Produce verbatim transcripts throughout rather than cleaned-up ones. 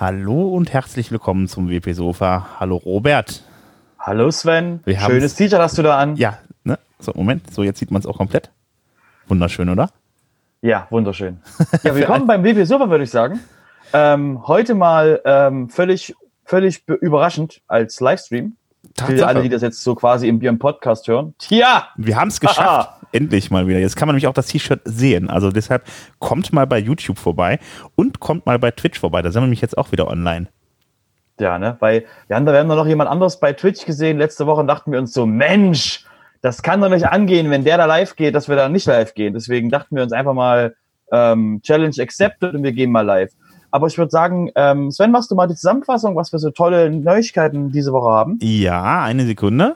Hallo und herzlich willkommen zum W P Sofa. Hallo Robert. Hallo Sven. Wir Schönes T-Shirt hast du da an. Ja, ne? So, Moment. So, jetzt sieht man es auch komplett. Wunderschön, oder? Ja, wunderschön. Ja, willkommen beim W P Sofa, würde ich sagen. Ähm, heute mal ähm, völlig, völlig überraschend als Livestream. Tatsache. Für alle, die das jetzt so quasi im, im Podcast hören. Tja! Wir haben es geschafft. Endlich mal wieder. Jetzt kann man nämlich auch das T-Shirt sehen. Also deshalb kommt mal bei YouTube vorbei und kommt mal bei Twitch vorbei. Da sind wir nämlich jetzt auch wieder online. Ja, ne? Weil wir haben da, wir haben da noch jemand anderes bei Twitch gesehen. Letzte Woche dachten wir uns so, Mensch, das kann doch nicht angehen, wenn der da live geht, dass wir da nicht live gehen. Deswegen dachten wir uns einfach mal ähm, Challenge accepted und wir gehen mal live. Aber ich würde sagen, ähm, Sven, machst du mal die Zusammenfassung, was wir so tolle Neuigkeiten diese Woche haben? Ja, eine Sekunde.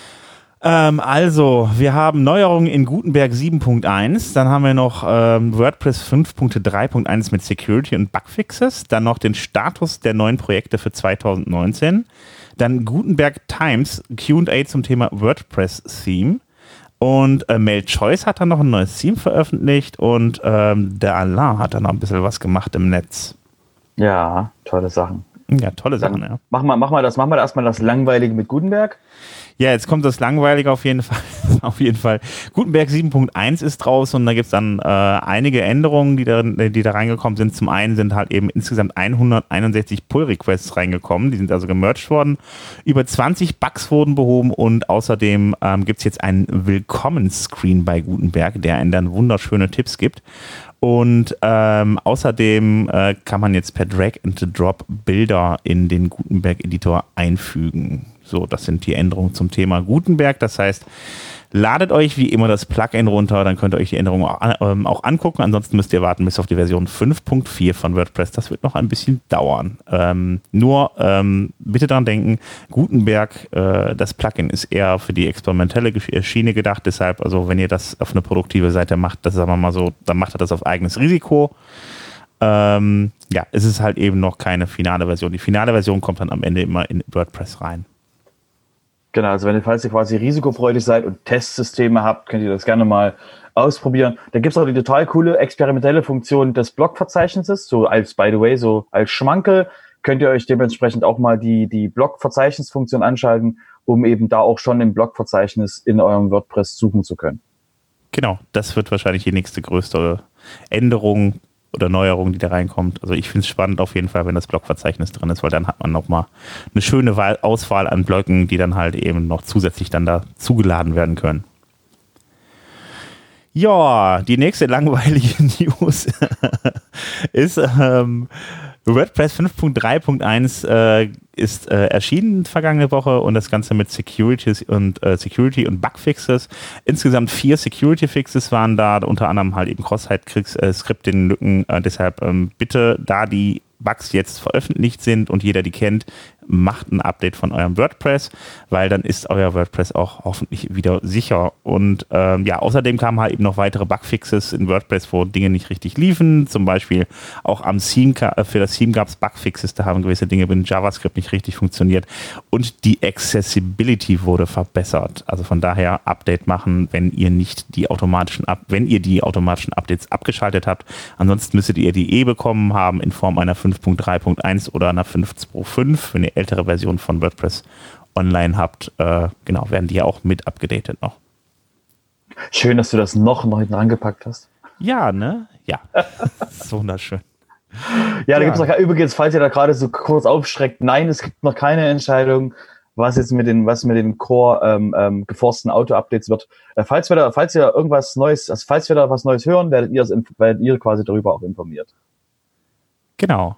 Ähm, also, wir haben Neuerungen in Gutenberg sieben Punkt eins, dann haben wir noch ähm, WordPress fünf Punkt drei Punkt eins mit Security und Bugfixes, dann noch den Status der neuen Projekte für zwanzig neunzehn, dann Gutenberg Times Q und A zum Thema WordPress-Theme und äh, Mail Choice hat dann noch ein neues Theme veröffentlicht und ähm, der Alain hat dann noch ein bisschen was gemacht im Netz. Ja, tolle Sachen. Ja, tolle Dann Sachen, ja. Mach mal, mach mal das, mach mal erstmal das Langweilige mit Gutenberg. Ja, jetzt kommt das Langweilige auf jeden Fall. auf jeden Fall. Gutenberg sieben Punkt eins ist draußen und da gibt es dann äh, einige Änderungen, die da, die da reingekommen sind. Zum einen sind halt eben insgesamt hunderteinundsechzig Pull-Requests reingekommen, die sind also gemerged worden. Über zwanzig Bugs wurden behoben und außerdem ähm, gibt es jetzt einen Willkommen-Screen bei Gutenberg, der einen dann wunderschöne Tipps gibt. Und ähm, außerdem äh, kann man jetzt per Drag and Drop Bilder in den Gutenberg-Editor einfügen. So, das sind die Änderungen zum Thema Gutenberg. Das heißt, ladet euch wie immer das Plugin runter, dann könnt ihr euch die Änderungen auch, ähm, auch angucken. Ansonsten müsst ihr warten bis auf die Version fünf Punkt vier von WordPress. Das wird noch ein bisschen dauern. Ähm, nur ähm, bitte daran denken, Gutenberg, äh, das Plugin ist eher für die experimentelle Schiene gedacht. Deshalb, also wenn ihr das auf eine produktive Seite macht, das sagen wir mal so, dann macht ihr das auf eigenes Risiko. Ähm, ja, es ist halt eben noch keine finale Version. Die finale Version kommt dann am Ende immer in WordPress rein. Genau, also wenn ihr, falls ihr quasi risikofreudig seid und Testsysteme habt, könnt ihr das gerne mal ausprobieren. Da gibt es auch die total coole experimentelle Funktion des Blogverzeichnisses, so als, by the way, so als Schmankel, könnt ihr euch dementsprechend auch mal die, die Blogverzeichnisfunktion anschalten, um eben da auch schon im Blogverzeichnis in eurem WordPress suchen zu können. Genau, das wird wahrscheinlich die nächste größte Änderung oder Neuerung, die da reinkommt. Also ich finde es spannend auf jeden Fall, wenn das Blogverzeichnis drin ist, weil dann hat man nochmal eine schöne Wahl, Auswahl an Blöcken, die dann halt eben noch zusätzlich dann da zugeladen werden können. Ja, die nächste langweilige News ist ähm, WordPress fünf Punkt drei Punkt eins äh, ist äh, erschienen vergangene Woche und das Ganze mit Securities und äh, Security und Bugfixes. Insgesamt vier Security Fixes waren da, unter anderem halt eben Cross-Site-Scripting-Lücken. Äh, deshalb ähm, bitte, da die Bugs jetzt veröffentlicht sind und jeder die kennt, macht ein Update von eurem WordPress, weil dann ist euer WordPress auch hoffentlich wieder sicher. Und ähm, ja, außerdem kamen halt eben noch weitere Bugfixes in WordPress, wo Dinge nicht richtig liefen. Zum Beispiel auch am Theme, für das Theme gab es Bugfixes, da haben gewisse Dinge mit JavaScript nicht richtig funktioniert. Und die Accessibility wurde verbessert. Also von daher Update machen, wenn ihr nicht die automatischen, wenn ihr die automatischen Updates abgeschaltet habt. Ansonsten müsstet ihr die eh bekommen haben in Form einer fünf Punkt drei Punkt eins oder einer fünf Punkt zwei Punkt fünf, wenn ihr ältere Version von WordPress online habt. Äh, genau, werden die ja auch mit abgedatet noch. Schön, dass du das noch, noch hinten angepackt hast. Ja, ne? Ja. Das ist wunderschön. Ja, da ja. gibt es noch, übrigens, falls ihr da gerade so kurz aufschreckt, nein, es gibt noch keine Entscheidung, was jetzt mit den, was mit den Core ähm, ähm, geforsten Auto-Updates wird. Äh, falls wir da, falls wir irgendwas Neues, also falls wir da was Neues hören, werdet ihr, werdet ihr quasi darüber auch informiert. Genau.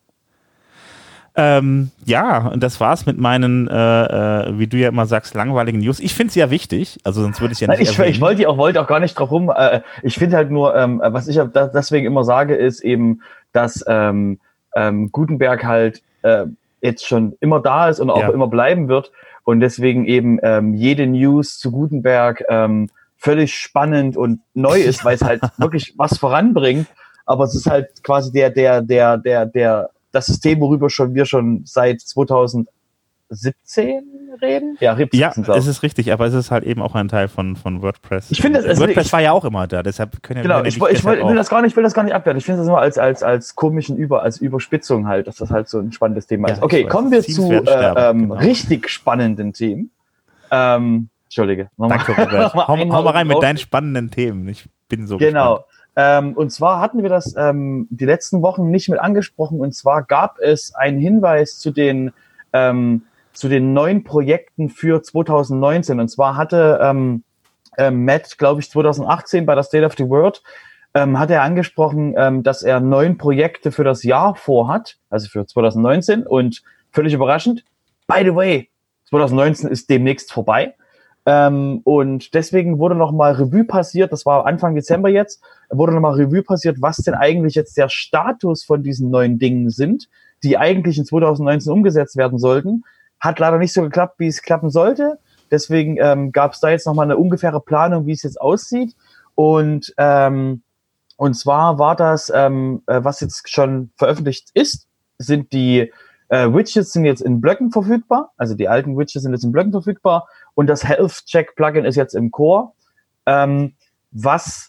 Ähm, ja, und das war's mit meinen, äh, äh, wie du ja immer sagst, langweiligen News. Ich finde es ja wichtig, also sonst würde ich ja nicht Nein, ich, ich wollte die auch, wollte auch gar nicht drauf rum. Äh, ich finde halt nur, ähm, was ich deswegen immer sage, ist eben, dass ähm, ähm, Gutenberg halt äh, jetzt schon immer da ist und auch ja. immer bleiben wird und deswegen eben ähm, jede News zu Gutenberg ähm, völlig spannend und neu ist, weil es halt wirklich was voranbringt. Aber es ist halt quasi der, der, der, der, der das System, worüber schon wir schon seit zweitausendacht siebzehn reden? Ja, RIP ja, es ist richtig, aber es ist halt eben auch ein Teil von, von WordPress. Ich finde, also WordPress ich, war ja auch immer da, deshalb können genau, wir ich, ich, ich, will das gar nicht, will das gar nicht abwerten. Ich finde das nur als, als, als komischen Über, als Überspitzung halt, dass das halt so ein spannendes Thema ja, ist. Okay, kommen wir zu äh, ähm, genau. richtig spannenden Themen. Ähm, Entschuldige. Danke, Robert. hau, hau mal rein mit deinen spannenden Themen. Ich bin so genau. gespannt. Ähm, und zwar hatten wir das ähm, die letzten Wochen nicht mit angesprochen. Und zwar gab es einen Hinweis zu den ähm, zu den neuen Projekten für zwanzig neunzehn. Und zwar hatte ähm, äh, Matt, glaube ich, zwanzig achtzehn bei der State of the World, ähm, hat er angesprochen, ähm, dass er neun Projekte für das Jahr vorhat, also für zwanzig neunzehn. Und völlig überraschend, by the way, zwanzig neunzehn ist demnächst vorbei. Ähm, und deswegen wurde nochmal Revue passiert, das war Anfang Dezember jetzt, wurde nochmal Revue passiert, was denn eigentlich jetzt der Status von diesen neuen Dingen sind, die eigentlich in zwanzig neunzehn umgesetzt werden sollten. Hat leider nicht so geklappt, wie es klappen sollte. Deswegen ähm, gab es da jetzt nochmal eine ungefähre Planung, wie es jetzt aussieht. Und, ähm, und zwar war das, ähm, was jetzt schon veröffentlicht ist, sind die äh, Widgets sind jetzt in Blöcken verfügbar. Also die alten Widgets sind jetzt in Blöcken verfügbar. Und das Health Check Plugin ist jetzt im Core. Ähm, was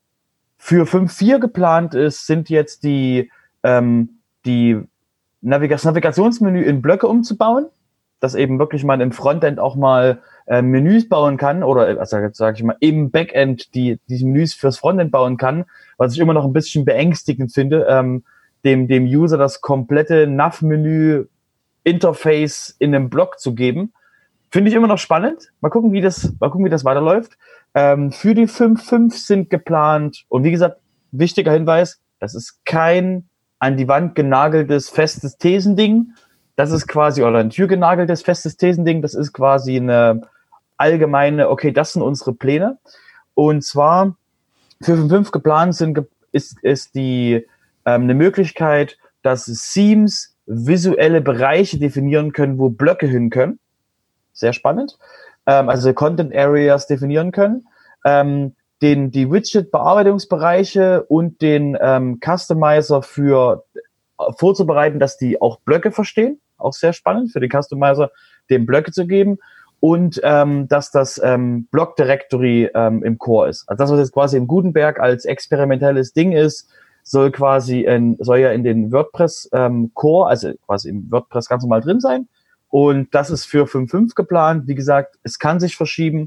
für fünf Punkt vier geplant ist, sind jetzt die, ähm, die Navig- das Navigationsmenü in Blöcke umzubauen, dass eben wirklich man im Frontend auch mal äh, Menüs bauen kann oder, also sage ich mal, im Backend die diese Menüs fürs Frontend bauen kann, was ich immer noch ein bisschen beängstigend finde, ähm, dem dem User das komplette Nav-Menü Interface in einem Block zu geben. Finde ich immer noch spannend. Mal gucken, wie das, mal gucken, wie das weiterläuft. Ähm, für die fünf Punkt fünf sind geplant, und wie gesagt, wichtiger Hinweis, das ist kein an die Wand genageltes, festes Thesending. Das ist quasi, oder ein Tür genageltes, festes Thesending. Das ist quasi eine allgemeine, okay, das sind unsere Pläne. Und zwar für fünf Punkt fünf geplant sind, ist, ist die, ähm, eine Möglichkeit, dass Themes visuelle Bereiche definieren können, wo Blöcke hin können. Sehr spannend. Ähm, also Content Areas definieren können. Ähm, den, die Widget-Bearbeitungsbereiche und den ähm, Customizer für äh, vorzubereiten, dass die auch Blöcke verstehen. Auch sehr spannend für den Customizer, den Blöcke zu geben. Und ähm, dass das ähm, Block Directory ähm, im Core ist. Also das, was jetzt quasi im Gutenberg als experimentelles Ding ist, soll quasi in, soll ja in den WordPress ähm, Core, also quasi im WordPress ganz normal drin sein. Und das ist für fünf Punkt fünf geplant. Wie gesagt, es kann sich verschieben.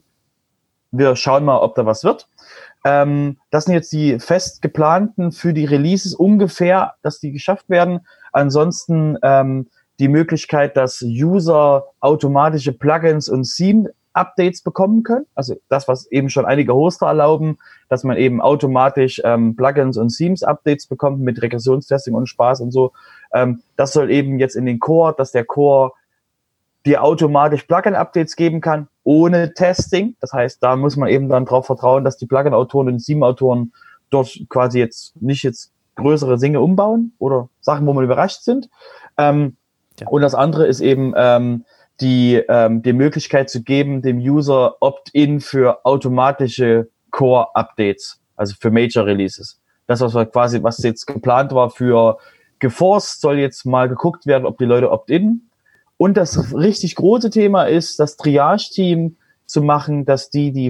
Wir schauen mal, ob da was wird. Ähm, das sind jetzt die fest geplanten für die Releases ungefähr, dass die geschafft werden. Ansonsten ähm, die Möglichkeit, dass User automatische Plugins und Theme-Updates bekommen können. Also das, was eben schon einige Hoster erlauben, dass man eben automatisch ähm, Plugins und Themes-Updates bekommt mit Regressionstesting und Spaß und so. Ähm, das soll eben jetzt in den Core, dass der Core dir automatisch Plugin-Updates geben kann, ohne Testing. Das heißt, da muss man eben dann darauf vertrauen, dass die Plugin-Autoren und Theme-Autoren dort quasi jetzt nicht jetzt größere Dinge umbauen oder Sachen, wo man überrascht sind. Ähm, ja. Und das andere ist eben ähm, die, ähm, die Möglichkeit zu geben, dem User Opt-in für automatische Core-Updates, also für Major-Releases. Das, was wir quasi, was jetzt geplant war für geforced, soll jetzt mal geguckt werden, ob die Leute Opt-in. Und das richtig große Thema ist, das Triage-Team zu machen, dass die die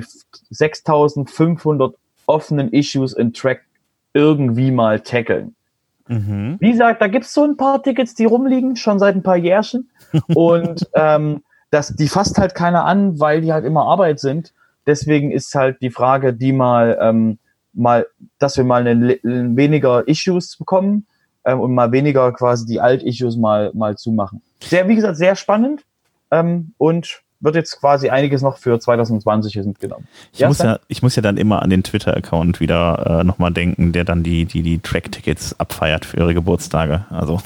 sechstausendfünfhundert offenen Issues in Track irgendwie mal tackeln. Mhm. Wie gesagt, da gibt's so ein paar Tickets, die rumliegen, schon seit ein paar Jährchen. Und ähm, das, die fasst halt keiner an, weil die halt immer Arbeit sind. Deswegen ist halt die Frage, die mal, ähm, mal, dass wir mal eine, weniger Issues bekommen ähm, und mal weniger quasi die Alt-Issues mal, mal zumachen. Sehr, wie gesagt, sehr spannend ähm, und wird jetzt quasi einiges noch für zwanzig zwanzig mitgenommen. Ich, ja, muss ja, ich muss ja dann immer an den Twitter-Account wieder äh, nochmal denken, der dann die, die, die Track-Tickets abfeiert für ihre Geburtstage. Also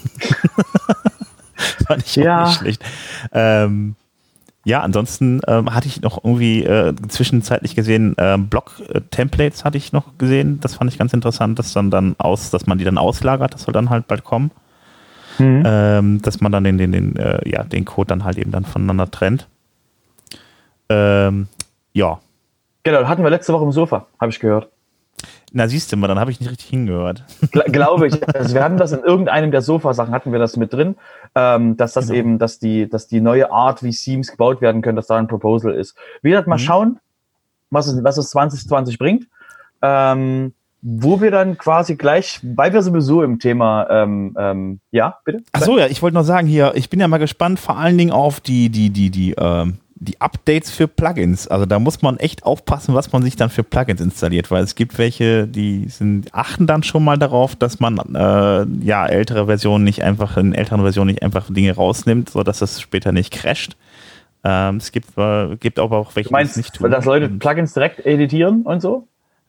fand ich ja. auch nicht schlecht. Ähm, ja, ansonsten ähm, hatte ich noch irgendwie äh, zwischenzeitlich gesehen, äh, Blog-Templates hatte ich noch gesehen. Das fand ich ganz interessant, dass dann dann aus, dass man die dann auslagert. Das soll dann halt bald kommen. Mhm. Ähm, dass man dann den, den, den, äh, ja, den Code dann halt eben dann voneinander trennt. Ähm, ja. Genau, hatten wir letzte Woche im Sofa, habe ich gehört. Na, siehst du mal, dann habe ich nicht richtig hingehört. Gl- glaube ich. Also wir hatten das in irgendeinem der Sofa-Sachen, hatten wir das mit drin, ähm, dass das Genau. eben, dass die, dass die neue Art, wie Themes gebaut werden können, dass da ein Proposal ist. Wie gesagt, mal Mhm. schauen, was es, was es zwanzig zwanzig bringt. Ähm, wo wir dann quasi gleich, weil wir sowieso im Thema, ähm, ähm, ja, bitte? Ach so, ja, ich wollte noch sagen hier, ich bin ja mal gespannt, vor allen Dingen auf die, die, die, die, ähm, die Updates für Plugins. Also da muss man echt aufpassen, was man sich dann für Plugins installiert, weil es gibt welche, die sind, achten dann schon mal darauf, dass man äh, ja ältere Versionen nicht einfach, in älteren Versionen nicht einfach Dinge rausnimmt, sodass das später nicht crasht. Ähm, es gibt, äh, gibt aber auch welche, Du meinst, die es nicht tun. dass Leute Und Plugins direkt editieren und so?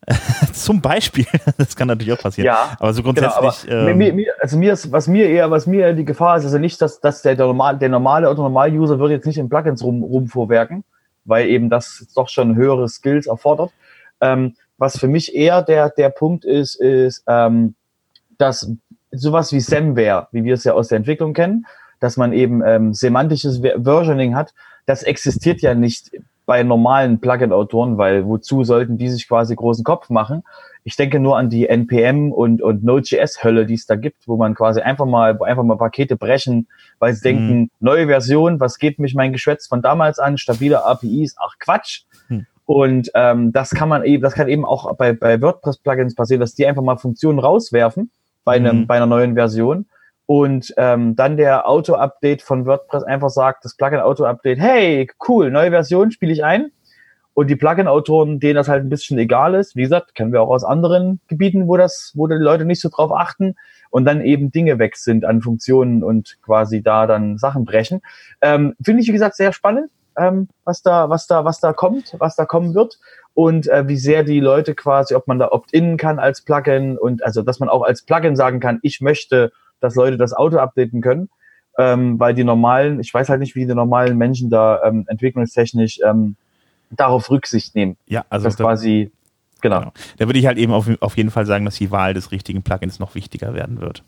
zum Beispiel, das kann natürlich auch passieren. Ja, aber so genau, grundsätzlich. aber ähm, mir, mir, also mir ist, was mir eher, was mir eher die Gefahr ist, also nicht, dass, dass der, der, normal, der normale oder Normal-User wird jetzt nicht in Plugins rum, rumvorwerken, weil eben das doch schon höhere Skills erfordert. Ähm, was für mich eher der, der Punkt ist, ist, ähm, dass sowas wie Semware, wie wir es ja aus der Entwicklung kennen, dass man eben ähm, semantisches Versioning hat, das existiert ja nicht bei normalen Plugin-Autoren, weil wozu sollten die sich quasi großen Kopf machen? Ich denke nur an die N P M und, und Node.js-Hölle, die es da gibt, wo man quasi einfach mal, wo einfach mal Pakete brechen, weil sie denken, Mhm. neue Version, was geht mich mein Geschwätz von damals an, stabile A P Is, ach Quatsch. Hm. Und ähm, das kann man eben, das kann eben auch bei, bei WordPress-Plugins passieren, dass die einfach mal Funktionen rauswerfen bei einem, Mhm. bei einer neuen Version. Und ähm, dann der Auto-Update von WordPress einfach sagt, das Plugin-Auto-Update, hey, cool, neue Version, spiele ich ein. Und die Plugin-Autoren, denen das halt ein bisschen egal ist, wie gesagt, kennen wir auch aus anderen Gebieten, wo das, wo die Leute nicht so drauf achten und dann eben Dinge weg sind an Funktionen und quasi da dann Sachen brechen. Ähm, finde ich, wie gesagt, sehr spannend, ähm, was da, was da, was da kommt, was da kommen wird und äh, wie sehr die Leute quasi, ob man da opt-in kann als Plugin und also, dass man auch als Plugin sagen kann, ich möchte, dass Leute das Auto updaten können, ähm, weil die normalen, ich weiß halt nicht, wie die normalen Menschen da ähm, entwicklungstechnisch ähm, darauf Rücksicht nehmen. Ja, also das da, quasi, genau. genau. Da würde ich halt eben auf, auf jeden Fall sagen, dass die Wahl des richtigen Plugins noch wichtiger werden wird.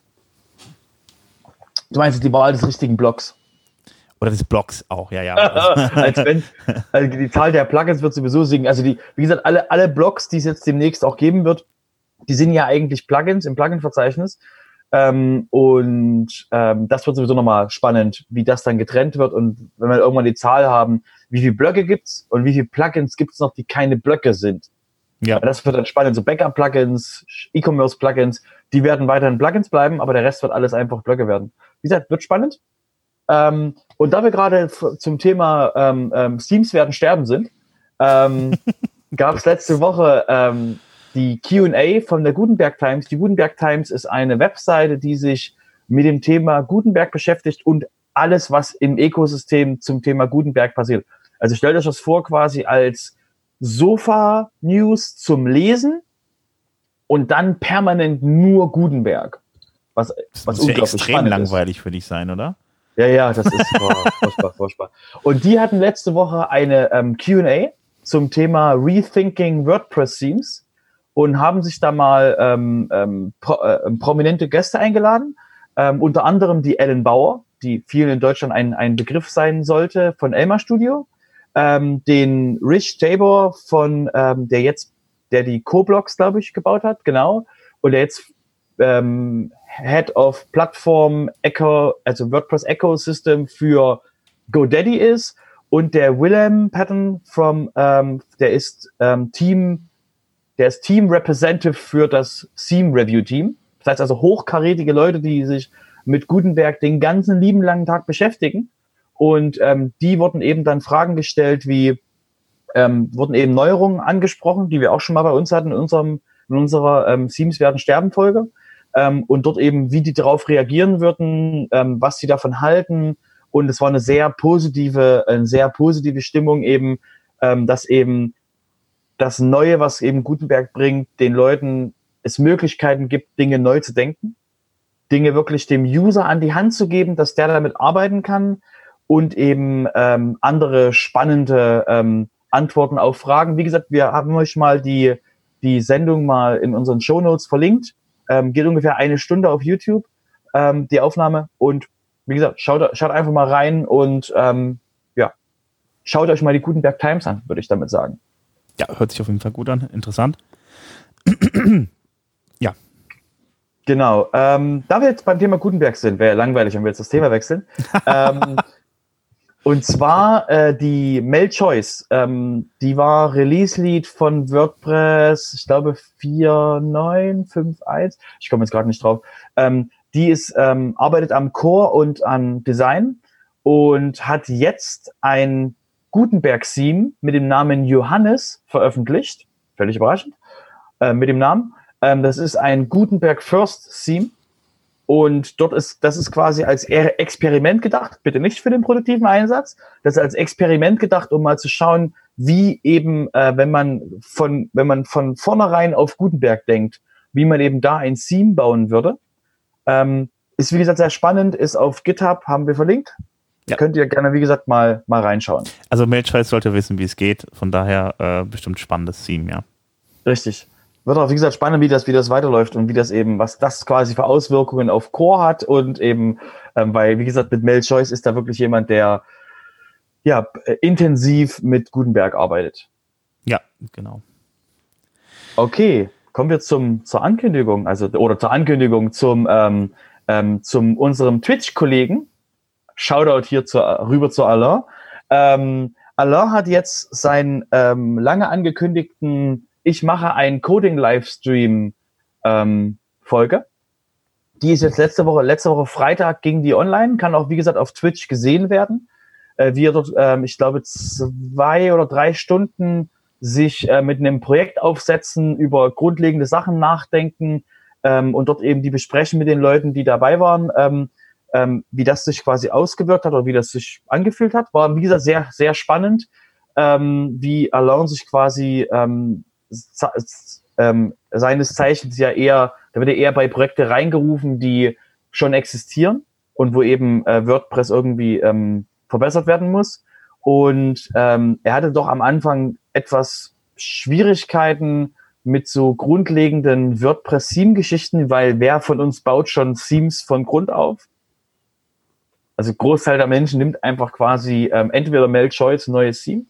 Du meinst die Wahl des richtigen Blocks? Oder des Blogs auch, ja, ja. Als wenn, also die Zahl der Plugins wird sowieso sinken. Also die, wie gesagt, alle, alle Blogs, die es jetzt demnächst auch geben wird, die sind ja eigentlich Plugins im Plugin-Verzeichnis. Ähm, und ähm, das wird sowieso nochmal spannend, wie das dann getrennt wird. Und wenn wir irgendwann die Zahl haben, wie viele Blöcke gibt's und wie viele Plugins gibt's noch, die keine Blöcke sind. Ja. Das wird dann spannend. So Backup-Plugins, E-Commerce-Plugins, die werden weiterhin Plugins bleiben, aber der Rest wird alles einfach Blöcke werden. Wie gesagt, wird spannend. Ähm, und da wir gerade f- zum Thema ähm, ähm, Themes werden sterben sind, ähm, gab es letzte Woche ähm, die Q und A von der Gutenberg Times. Die Gutenberg Times ist eine Webseite, die sich mit dem Thema Gutenberg beschäftigt und alles, was im Ökosystem zum Thema Gutenberg passiert. Also stellt euch das vor quasi als Sofa-News zum Lesen und dann permanent nur Gutenberg. Was, Das was muss ja unglaublich extrem spannend langweilig ist. für dich sein, oder? Ja, ja, das ist boah, furchtbar, furchtbar. Und die hatten letzte Woche eine ähm, Q und A zum Thema Rethinking WordPress Themes und haben sich da mal ähm, ähm, pro, äh, prominente Gäste eingeladen, ähm, unter anderem die Ellen Bauer, die vielen in Deutschland ein, ein Begriff sein sollte, von Elmar Studio, ähm, den Rich Tabor von, ähm, der jetzt, der die Co-Blogs, glaube ich, gebaut hat, genau, und der jetzt ähm, Head of Plattform Echo, also WordPress Ecosystem für GoDaddy ist und der Willem Patton from, ähm, der ist ähm, Team, der ist Team Representative für das Theme Review Team. Das heißt also hochkarätige Leute, die sich mit Gutenberg den ganzen lieben langen Tag beschäftigen und ähm, die wurden eben dann Fragen gestellt wie, ähm, wurden eben Neuerungen angesprochen, die wir auch schon mal bei uns hatten in unserem, in unserer ähm, Themes werden sterben Folge. Ähm, und dort eben, wie die darauf reagieren würden, ähm, was sie davon halten. Und es war eine sehr positive, eine sehr positive Stimmung eben, ähm, dass eben das Neue, was eben Gutenberg bringt, den Leuten es Möglichkeiten gibt, Dinge neu zu denken, Dinge wirklich dem User an die Hand zu geben, dass der damit arbeiten kann und eben ähm, andere spannende ähm, Antworten auf Fragen. Wie gesagt, wir haben euch mal die, die Sendung mal in unseren Shownotes verlinkt. Ähm, geht ungefähr eine Stunde auf YouTube, ähm, die Aufnahme. Und wie gesagt, schaut, schaut einfach mal rein und ähm, ja, schaut euch mal die Gutenberg Times an, würde ich damit sagen. Ja, hört sich auf jeden Fall gut an. Interessant. Ja. Genau. Ähm, da wir jetzt beim Thema Gutenberg sind, wäre ja langweilig, wenn wir jetzt das Thema wechseln. ähm, und zwar äh, die Mel Choice. Ähm, die war Release-Lead von WordPress, ich glaube vier neun fünf eins. Ich komme jetzt gerade nicht drauf. Ähm, die ist ähm, arbeitet am Core und an Design und hat jetzt ein Gutenberg-Theme mit dem Namen Johannes veröffentlicht. Völlig überraschend. Äh, mit dem Namen. Ähm, das ist ein Gutenberg First Theme. Und dort ist, das ist quasi als Experiment gedacht, bitte nicht für den produktiven Einsatz. Das ist als Experiment gedacht, um mal zu schauen, wie eben, äh, wenn man von, wenn man von vornherein auf Gutenberg denkt, wie man eben da ein Theme bauen würde. Ähm, ist, wie gesagt, sehr spannend, ist auf GitHub, haben wir verlinkt. Ja. Könnt ihr gerne, wie gesagt, mal, mal reinschauen. Also Mailchase sollte wissen, wie es geht. Von daher äh, bestimmt spannendes Theme, ja. Richtig. Wird auch, wie gesagt, spannend, wie das, wie das weiterläuft und wie das eben, was das quasi für Auswirkungen auf Core hat und eben, ähm, weil, wie gesagt, mit Mel Choice ist da wirklich jemand, der ja intensiv mit Gutenberg arbeitet. Ja, genau. Okay, kommen wir zum zur Ankündigung, also oder zur Ankündigung zum ähm, ähm, zum unserem Twitch-Kollegen. Shoutout hier zu, rüber zu Alain. Ähm, Alain hat jetzt seinen ähm, lange angekündigten Ich mache einen Coding-Livestream ähm, Folge. Die ist jetzt letzte Woche, letzte Woche Freitag ging die online, kann auch, wie gesagt, auf Twitch gesehen werden. Äh, wie er dort, ähm, ich glaube, zwei oder drei Stunden sich äh, mit einem Projekt aufsetzen, über grundlegende Sachen nachdenken ähm, und dort eben die besprechen mit den Leuten, die dabei waren, ähm, ähm, wie das sich quasi ausgewirkt hat oder wie das sich angefühlt hat. War, wie gesagt, sehr, sehr spannend, ähm, wie Alain sich quasi ähm, ähm, seines Zeichens ja eher, da wird er eher bei Projekte reingerufen, die schon existieren und wo eben äh, WordPress irgendwie ähm, verbessert werden muss. Und ähm, er hatte doch am Anfang etwas Schwierigkeiten mit so grundlegenden WordPress-Theme-Geschichten, weil wer von uns baut schon Themes von Grund auf? Also Großteil der Menschen nimmt einfach quasi ähm, entweder Mel Choice neues Theme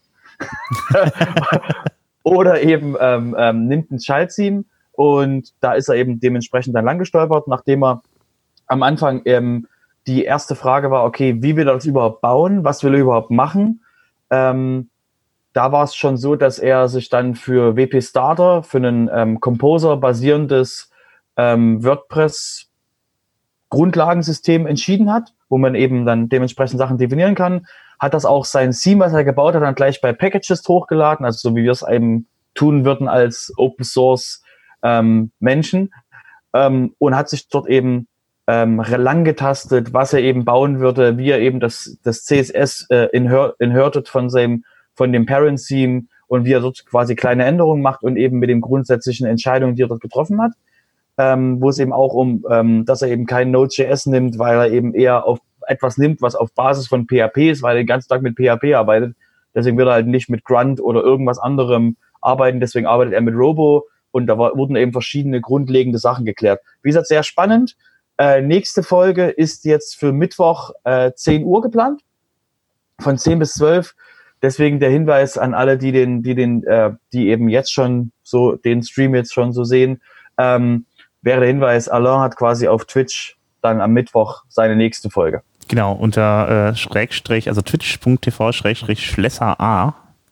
oder eben ähm, ähm, nimmt ein Child-Theme und da ist er eben dementsprechend dann lang gestolpert, nachdem er am Anfang ähm, die erste Frage war, okay, wie will er das überhaupt bauen? Was will er überhaupt machen? Ähm, da war es schon so, dass er sich dann für W P Starter, für einen ähm, Composer basierendes ähm, WordPress Grundlagensystem entschieden hat, wo man eben dann dementsprechend Sachen definieren kann. Hat das auch sein Theme, was er gebaut hat, dann gleich bei Packages hochgeladen, also so wie wir es eben tun würden als Open Source ähm, Menschen, ähm, und hat sich dort eben ähm, lang getastet, was er eben bauen würde, wie er eben das, das C S S äh, inher- inherited von seinem, von dem Parent Theme und wie er dort quasi kleine Änderungen macht und eben mit den grundsätzlichen Entscheidungen, die er dort getroffen hat. Ähm, wo es eben auch um, ähm, dass er eben kein Node.js nimmt, weil er eben eher auf etwas nimmt, was auf Basis von P H P ist, weil er den ganzen Tag mit P H P arbeitet. Deswegen wird er halt nicht mit Grunt oder irgendwas anderem arbeiten. Deswegen arbeitet er mit Robo und da war, wurden eben verschiedene grundlegende Sachen geklärt. Wie gesagt, sehr spannend. Äh, nächste Folge ist jetzt für Mittwoch äh, zehn Uhr geplant, von zehn bis zwölf. Deswegen der Hinweis an alle, die den, die den, äh, die eben jetzt schon so den Stream jetzt schon so sehen. Ähm, wäre der Hinweis, Alain hat quasi auf Twitch dann am Mittwoch seine nächste Folge. Genau, unter äh, Schrägstrich, also twitch.tv Schrägstrich Schlesser A.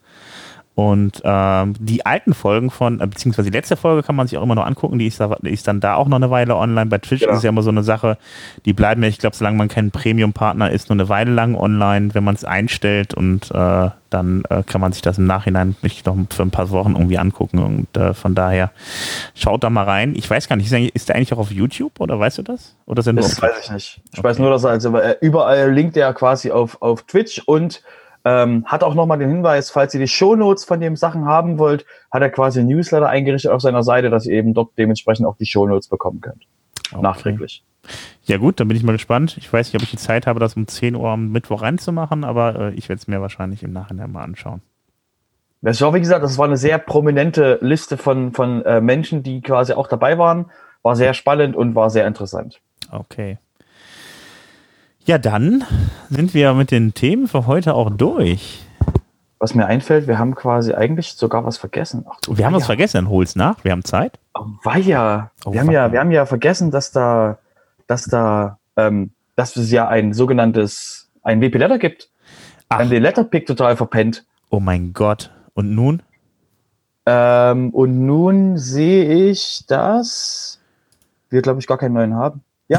Und ähm, die alten Folgen von, äh, beziehungsweise die letzte Folge kann man sich auch immer noch angucken, die ist, da, die ist dann da auch noch eine Weile online. Bei Twitch genau. Ist es ja immer so eine Sache, die bleiben ja, ich glaube, solange man kein Premium-Partner ist, nur eine Weile lang online, wenn man es einstellt und äh, dann äh, kann man sich das im Nachhinein nicht noch für ein paar Wochen irgendwie angucken und äh, von daher schaut da mal rein. Ich weiß gar nicht, ist, ist der eigentlich auch auf YouTube oder weißt du das? Oder sind das weiß ich nicht. Ich okay. weiß nur, dass er also äh, überall linkt er quasi auf, auf Twitch und Ähm, hat auch nochmal den Hinweis, falls ihr die Shownotes von den Sachen haben wollt, hat er quasi ein Newsletter eingerichtet auf seiner Seite, dass ihr eben dort dementsprechend auch die Shownotes bekommen könnt. Okay. Nachträglich. Ja gut, dann bin ich mal gespannt. Ich weiß nicht, ob ich die Zeit habe, das um zehn Uhr am Mittwoch reinzumachen, aber äh, ich werde es mir wahrscheinlich im Nachhinein mal anschauen. Das war, wie gesagt, das war eine sehr prominente Liste von, von äh, Menschen, die quasi auch dabei waren. War sehr spannend und war sehr interessant. Okay. Ja, dann sind wir mit den Themen für heute auch durch. Was mir einfällt, wir haben quasi eigentlich sogar was vergessen. Ach, wir haben was vergessen, dann hol's nach. Wir haben Zeit. Oh, weia. Oh, wir, haben ja, wir haben ja vergessen, dass da, dass da, ähm, dass es ja ein sogenanntes, ein W P-Letter gibt. Ach. Wir haben den Letterpick total verpennt. Oh mein Gott. Und nun? Ähm, und nun sehe ich, dass wir, glaube ich, gar keinen neuen haben. Ja.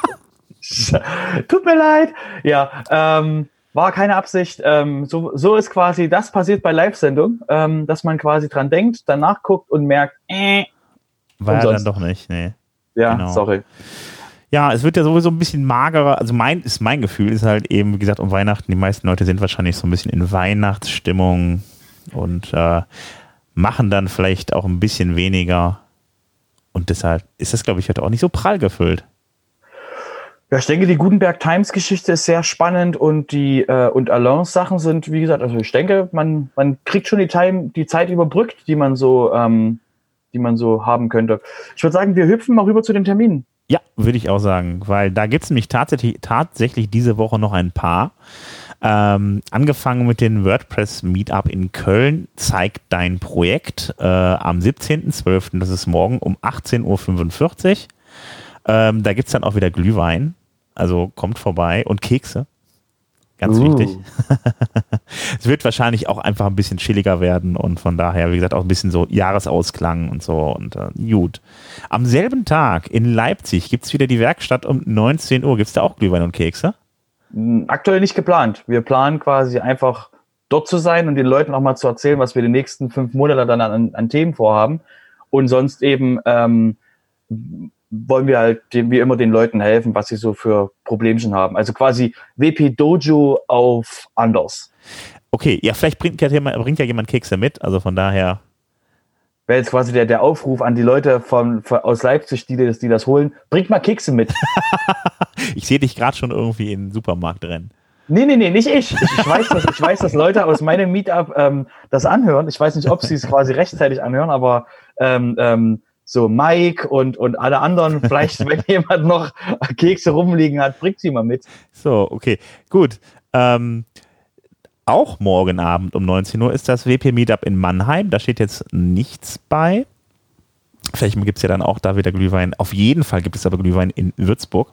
Tut mir leid. Ja, ähm, war keine Absicht. Ähm, so, so ist quasi, das passiert bei Live-Sendung, ähm, dass man quasi dran denkt, danach guckt und merkt, äh, war ja dann doch nicht, nee. Ja, genau. sorry. Ja, es wird ja sowieso ein bisschen magerer. Also mein, ist mein Gefühl ist halt eben, wie gesagt, um Weihnachten, die meisten Leute sind wahrscheinlich so ein bisschen in Weihnachtsstimmung und äh, machen dann vielleicht auch ein bisschen weniger. Und deshalb ist das, glaube ich, heute auch nicht so prall gefüllt. Ja, ich denke, die Gutenberg Times Geschichte ist sehr spannend und die äh, und Alains Sachen sind, wie gesagt, also ich denke, man man kriegt schon die Time, die Zeit überbrückt, die man so ähm, die man so haben könnte. Ich würde sagen, wir hüpfen mal rüber zu den Terminen. Ja, würde ich auch sagen, weil da gibt es nämlich tatsächlich, tatsächlich diese Woche noch ein paar. Ähm, angefangen mit dem WordPress Meetup in Köln, zeigt dein Projekt äh, am siebzehnten zwölften, das ist morgen um achtzehn Uhr fünfundvierzig. Ähm, da gibt es dann auch wieder Glühwein. Also kommt vorbei und Kekse. Ganz uh. wichtig. Es wird wahrscheinlich auch einfach ein bisschen chilliger werden und von daher, wie gesagt, auch ein bisschen so Jahresausklang und so und äh, gut. Am selben Tag in Leipzig gibt es wieder die Werkstatt um neunzehn Uhr. Gibt es da auch Glühwein und Kekse? Aktuell nicht geplant. Wir planen quasi einfach dort zu sein und den Leuten auch mal zu erzählen, was wir die nächsten fünf Monate dann an, an Themen vorhaben. Und sonst eben ähm, wollen wir halt dem, wie immer den Leuten helfen, was sie so für Problemchen haben. Also quasi W P Dojo auf anders. Okay, ja, vielleicht bringt ja, bringt ja jemand Kekse mit, also von daher. Wäre jetzt quasi der, der Aufruf an die Leute von, von aus Leipzig, die das, die das holen, bringt mal Kekse mit. Ich sehe dich gerade schon irgendwie in den Supermarkt rennen. Nee, nee, nee, nicht ich. Ich, ich, weiß, dass, ich weiß, dass Leute aus meinem Meetup ähm, das anhören. Ich weiß nicht, ob sie es quasi rechtzeitig anhören, aber ähm, ähm, so Mike und, und alle anderen, vielleicht, wenn jemand noch Kekse rumliegen hat, bringt sie mal mit. So, okay, gut. Ähm, auch morgen Abend um neunzehn Uhr ist das W P Meetup in Mannheim. Da steht jetzt nichts bei. Vielleicht gibt es ja dann auch da wieder Glühwein. Auf jeden Fall gibt es aber Glühwein in Würzburg.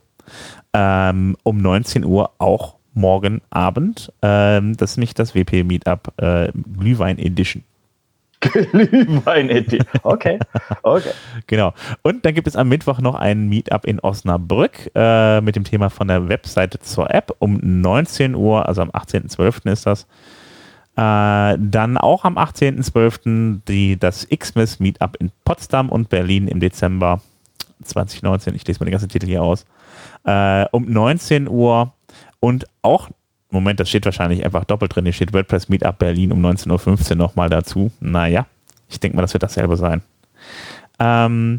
Ähm, um neunzehn Uhr auch morgen Abend. Ähm, das ist nicht das W P Meetup äh, Glühwein Edition. Glühwein Edition. Okay. Okay. Genau. Und dann gibt es am Mittwoch noch ein Meetup in Osnabrück äh, mit dem Thema von der Webseite zur App um neunzehn Uhr, also am achtzehnten zwölften ist das. Äh, dann auch am achtzehnten zwölften die, das Xmas Meetup in Potsdam und Berlin im Dezember zwanzig neunzehn. Ich lese mal den ganzen Titel hier aus. Äh, um neunzehn Uhr und auch Moment, das steht wahrscheinlich einfach doppelt drin. Hier steht WordPress Meetup Berlin um neunzehn Uhr fünfzehn nochmal dazu. Naja, ich denke mal, das wird dasselbe sein. Ähm,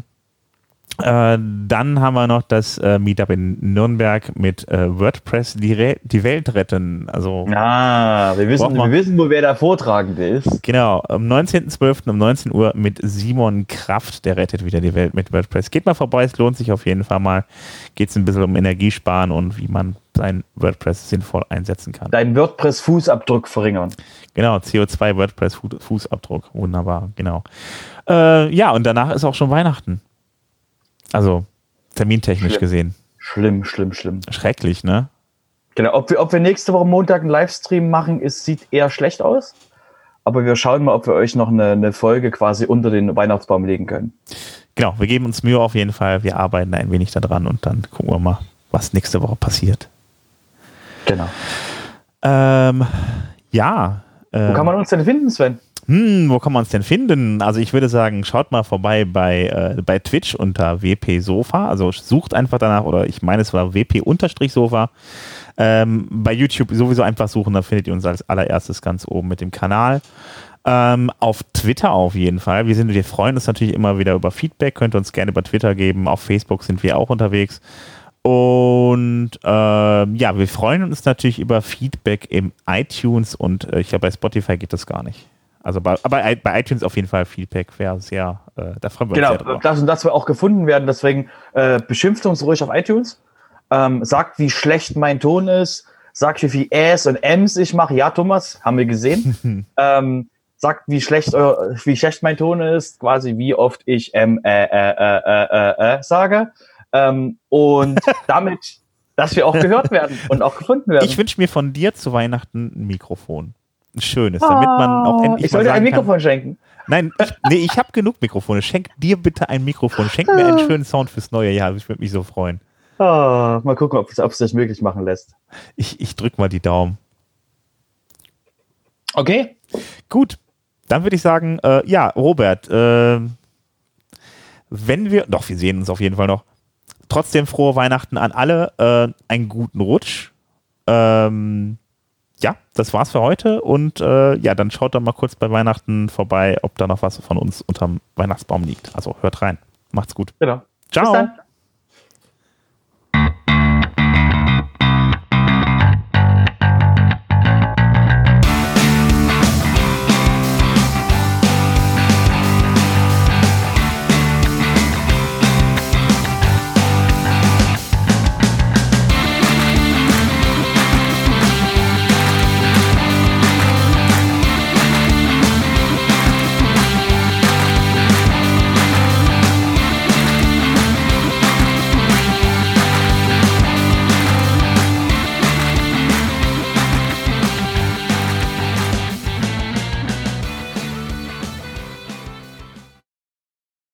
äh, dann haben wir noch das äh, Meetup in Nürnberg mit äh, WordPress die, Re- die Welt retten. Also, ah, wir wissen, wir wissen, wo wer der Vortragende ist. Genau, am neunzehnten zwölften um neunzehn Uhr mit Simon Kraft, der rettet wieder die Welt mit WordPress. Geht mal vorbei, es lohnt sich auf jeden Fall mal. Geht es ein bisschen um Energiesparen und wie man sein WordPress sinnvoll einsetzen kann. Dein WordPress-Fußabdruck verringern. Genau, C O zwei WordPress-Fußabdruck. Wunderbar, genau. Äh, ja, und danach ist auch schon Weihnachten. Also, termintechnisch schlimm. gesehen. Schlimm, schlimm, schlimm. Schrecklich, ne? Genau, ob wir, ob wir nächste Woche Montag einen Livestream machen, ist, sieht eher schlecht aus. Aber wir schauen mal, ob wir euch noch eine, eine Folge quasi unter den Weihnachtsbaum legen können. Genau, wir geben uns Mühe auf jeden Fall. Wir arbeiten ein wenig daran und dann gucken wir mal, was nächste Woche passiert. Genau. Ähm, ja. Wo kann man uns denn finden, Sven? Hm, wo kann man uns denn finden? Also ich würde sagen, schaut mal vorbei bei, äh, bei Twitch unter W P Sofa. Also sucht einfach danach, oder ich meine, es war W P-Sofa. Ähm, bei YouTube sowieso einfach suchen, da findet ihr uns als allererstes ganz oben mit dem Kanal. Ähm, auf Twitter auf jeden Fall. Wir, sind, wir freuen uns natürlich immer wieder über Feedback. Könnt ihr uns gerne über Twitter geben. Auf Facebook sind wir auch unterwegs. Und ähm, ja, wir freuen uns natürlich über Feedback im iTunes und äh, ich glaube, bei Spotify geht das gar nicht. Also bei, aber bei iTunes auf jeden Fall Feedback wäre sehr, äh, da freuen wir genau, uns sehr drüber. Das und das wir auch gefunden werden, deswegen äh, beschimpft uns ruhig auf iTunes, ähm, sagt, wie schlecht mein Ton ist, sagt, wie viel Äs und Ms ich mache. Ja, Thomas, haben wir gesehen. ähm, sagt, wie schlecht, euer, wie schlecht mein Ton ist, quasi wie oft ich M, äh, äh, äh, äh, äh, sage. Ähm, und damit, dass wir auch gehört werden und auch gefunden werden. Ich wünsche mir von dir zu Weihnachten ein Mikrofon. Ein schönes, damit man auch endlich Ich sollte mal ein sagen Mikrofon kann, schenken. Nein, ich, nee, ich habe genug Mikrofone. Schenk dir bitte ein Mikrofon. Schenk mir einen schönen Sound fürs neue Jahr. Ich würde mich so freuen. Oh, mal gucken, ob es sich möglich machen lässt. Ich, ich drück mal die Daumen. Okay. Gut, dann würde ich sagen, äh, ja, Robert, äh, wenn wir, doch, wir sehen uns auf jeden Fall noch. Trotzdem frohe Weihnachten an alle, äh, einen guten Rutsch. Ähm, ja, das war's für heute und äh, ja, dann schaut doch mal kurz bei Weihnachten vorbei, ob da noch was von uns unterm Weihnachtsbaum liegt. Also hört rein. Macht's gut. Genau. Ciao. Bis dann.